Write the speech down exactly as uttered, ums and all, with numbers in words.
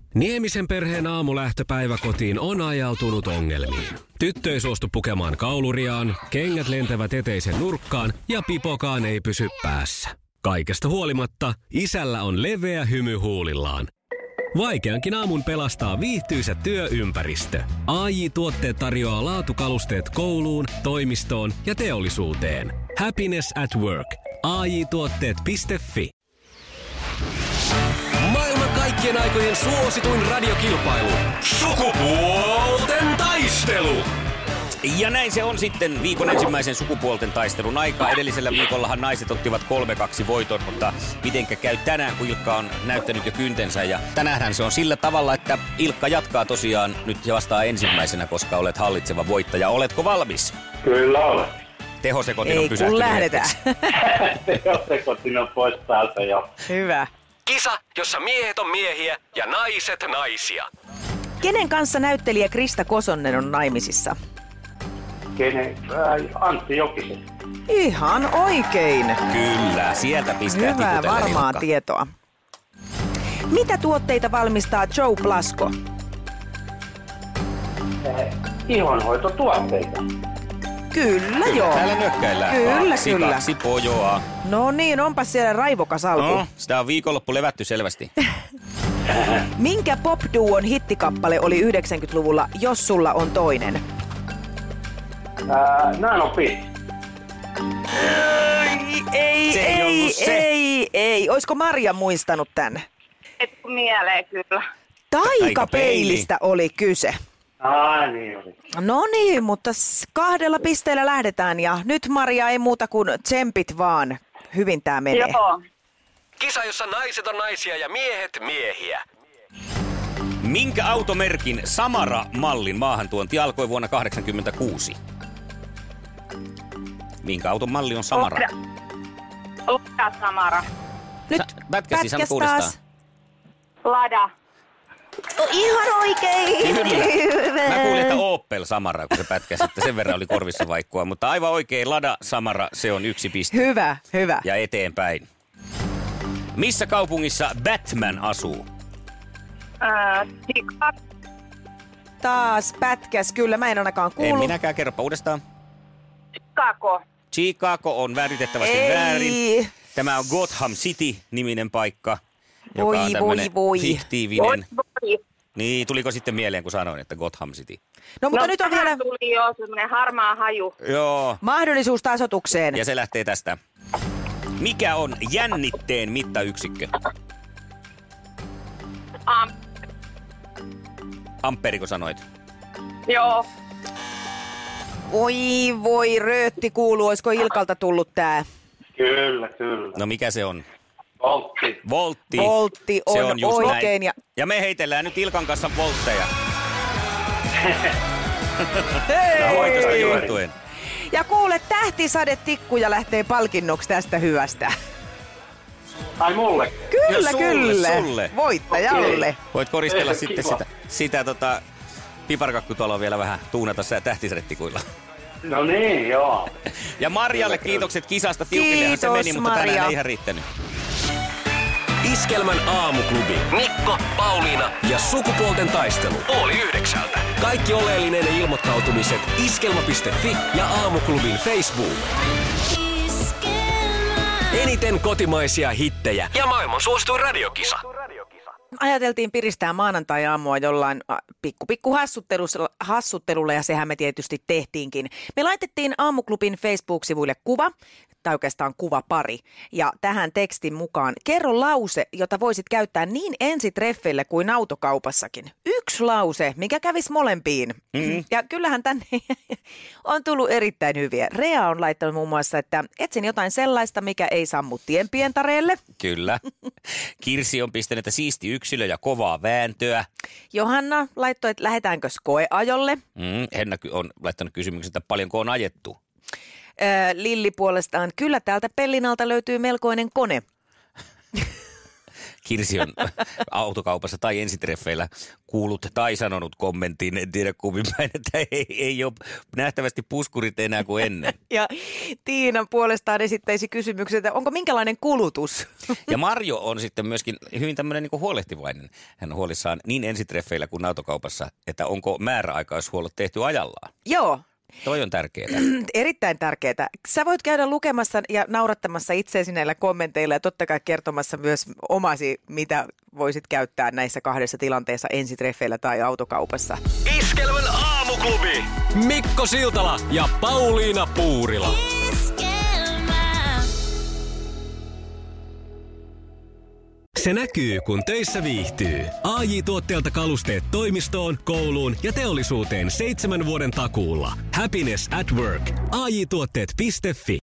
Niemisen perheen aamulähtöpäivä kotiin on ajautunut ongelmiin. Tyttö ei suostu pukemaan kauluriaan, kengät lentävät eteisen nurkkaan ja pipokaan ei pysy päässä. Kaikesta huolimatta isällä on leveä hymy huulillaan. Vaikeankin aamun pelastaa viihtyisä työympäristö. A J-tuotteet tarjoaa laatukalusteet kouluun, toimistoon ja teollisuuteen. Happiness at work. A J tuotteet piste fi. Maailman kaikkien aikojen suosituin radiokilpailu. Sukupuolten taistelu. Ja näin se on sitten viikon ensimmäisen sukupuolten taistelun aika. Edellisellä viikollahan naiset ottivat kolme kaksi voiton, mutta mitenkä käy tänään, kun Ilkka on näyttänyt jo kyntensä. Ja tänään se on sillä tavalla, että Ilkka jatkaa tosiaan nyt ja vastaa ensimmäisenä, koska olet hallitseva voittaja. Oletko valmis? Kyllä olen. Tehosekotin Ei, on pysähtynyt. kun lähdetään. Tehosekotin on pois täältä jo. Hyvä. Kisa, jossa miehet on miehiä ja naiset naisia. Kenen kanssa näyttelijä Krista Kosonen on naimisissa? Kenen? Äh, Antti Jokisen. Ihan oikein. Kyllä, sieltä pistää Hyvää, tikutelle, varmaa Ilkka. tietoa. Mitä tuotteita valmistaa Joe Blasco? Äh, ihonhoitotuotteita. Kyllä joo. Täällä nyökkäillään. Kyllä, kaksi, kyllä. Kaksi pojoa. No niin, onpas siellä raivokas alku. No, sitä on viikonloppu levätty selvästi. Minkä pop-duon hittikappale oli yhdeksänkymmentäluvulla, jos sulla on toinen? Äh, Nano Pit. Ei, ei, Se ei ollut ei, se. ei, ei. Oisko Marja muistanut tän? Et mieleen kyllä. Taikapeilistä oli kyse. Ah, niin oli. No niin, mutta s- kahdella pisteellä lähdetään ja nyt Maria ei muuta kuin tsempit vaan. Hyvin tää menee. Joo. Kisa, jossa naiset on naisia ja miehet miehiä. Minkä automerkin Samara-mallin maahantuonti alkoi vuonna tuhatyhdeksänsataakahdeksankymmentäkuusi? Minkä auton malli on Samara? Lada Samara. Nyt Sä- pätkäsi, sano pätkäs uudestaan. taas. Lada. No, ihan oikein. Kyllä. Mä kuulin, että Opel Samara, kun se pätkäsi, että sen verran oli korvissa vaikkua. Mutta aivan oikein, Lada Samara, se on yksi piste. Hyvä, hyvä. Ja eteenpäin. Missä kaupungissa Batman asuu? Äh, Chicago. Taas pätkäs, kyllä. Mä en ainakaan En kuullut. minäkään, kerropa uudestaan. Chicago. Chicago on vääritettävästi Ei. väärin. Tämä on Gotham City-niminen paikka, joka Voi, on tämmöinen voi, voi. fiktiivinen. Voi. Niin, tuliko sitten mieleen, kun sanoin, että Gotham City? No mutta no, nyt on tähän vielä tuli jo semmoinen harmaa haju. Joo, mahdollisuus tasoitukseen. ja se lähtee tästä. Mikä on jännitteen mittayksikkö? Am. Amperiko sanoit? Joo. Voi voi, röötti kuuluu. Olisiko Ilkalta tullut tää? Kyllä, kyllä. No mikä se on? Voltti. Voltti. Voltti Se on just oikein. näin. Ja... ja me heitellään nyt Ilkan kanssa voltteja. Voitosta Hei! johtuen. Ja kuule, tähtisadetikkuja lähtee palkinnoksi tästä hyvästä. Ai mulle. Kyllä, Ja sulle, kyllä. sulle. Voittajalle. Okei. Voit koristella Ei, sitten kiva. sitä, sitä tota, piparkakkutuoloa vielä vähän tuunata sä tähtisrettikuilla. No niin, joo. Ja Marjalle Kyllä, kiitokset kisasta. Tiukillehan se Kiitos, meni, mutta Maria. tänään ei ihan riittänyt. Iskelmän aamuklubi. Mikko, Pauliina ja sukupuolten taistelu. Oli yhdeksältä. Kaikki oleellinen ilmoittautumiset iskelma piste fi ja aamuklubin Facebook. Eniten kotimaisia hittejä ja maailman suosituin radiokisa. Ajateltiin piristää maanantai-aamua jollain äh, pikku pikku hassuttelulla, hassuttelulla ja sehän me tietysti tehtiinkin. Me laitettiin aamuklubin Facebook-sivuille kuva, tai oikeastaan kuva pari. Ja tähän tekstin mukaan kerro lause, jota voisit käyttää niin ensitreffeille kuin autokaupassakin. Yksi lause, mikä kävisi molempiin. Mm-hmm. Ja kyllähän tänne on tullut erittäin hyviä. Rea on laittanut muun muassa, että etsin jotain sellaista, mikä ei sammu tienpientareelle. Kyllä. Kirsi on pistänyt, että siisti yksilö ja kovaa vääntöä. Johanna laittoi, että lähdetäänkö koeajolle. Mm, Henna ky- on laittanut kysymyksen, että paljonko on ajettu. Öö, Lilli puolestaan, kyllä täältä Pellinalta löytyy melkoinen kone. Kirsi on autokaupassa tai ensitreffeillä kuullut tai sanonut kommenttiin, en tiedä kummin päin, että ei, ei ole nähtävästi puskurit enää kuin ennen. Ja Tiina puolestaan esittäisi kysymyksen, että onko minkälainen kulutus? Ja Marjo on sitten myöskin hyvin tämmöinen niin kuin huolehtivainen. Hän on huolissaan niin ensitreffeillä kuin autokaupassa, että onko määräaikaishuollot tehty ajallaan. Joo. Toi on tärkeää. Erittäin tärkeää. Sä voit käydä lukemassa ja naurattamassa itseäsi näillä kommenteilla ja totta kai kertomassa myös omasi, mitä voisit käyttää näissä kahdessa tilanteessa ensitreffeillä tai autokaupassa. Iskelmän aamuklubi. Mikko Siltala ja Pauliina Puurila. Se näkyy, kun töissä viihtyy. A J-tuotteelta kalusteet toimistoon, kouluun ja teollisuuteen seitsemän vuoden takuulla. Happiness at work. A J tuotteet piste fi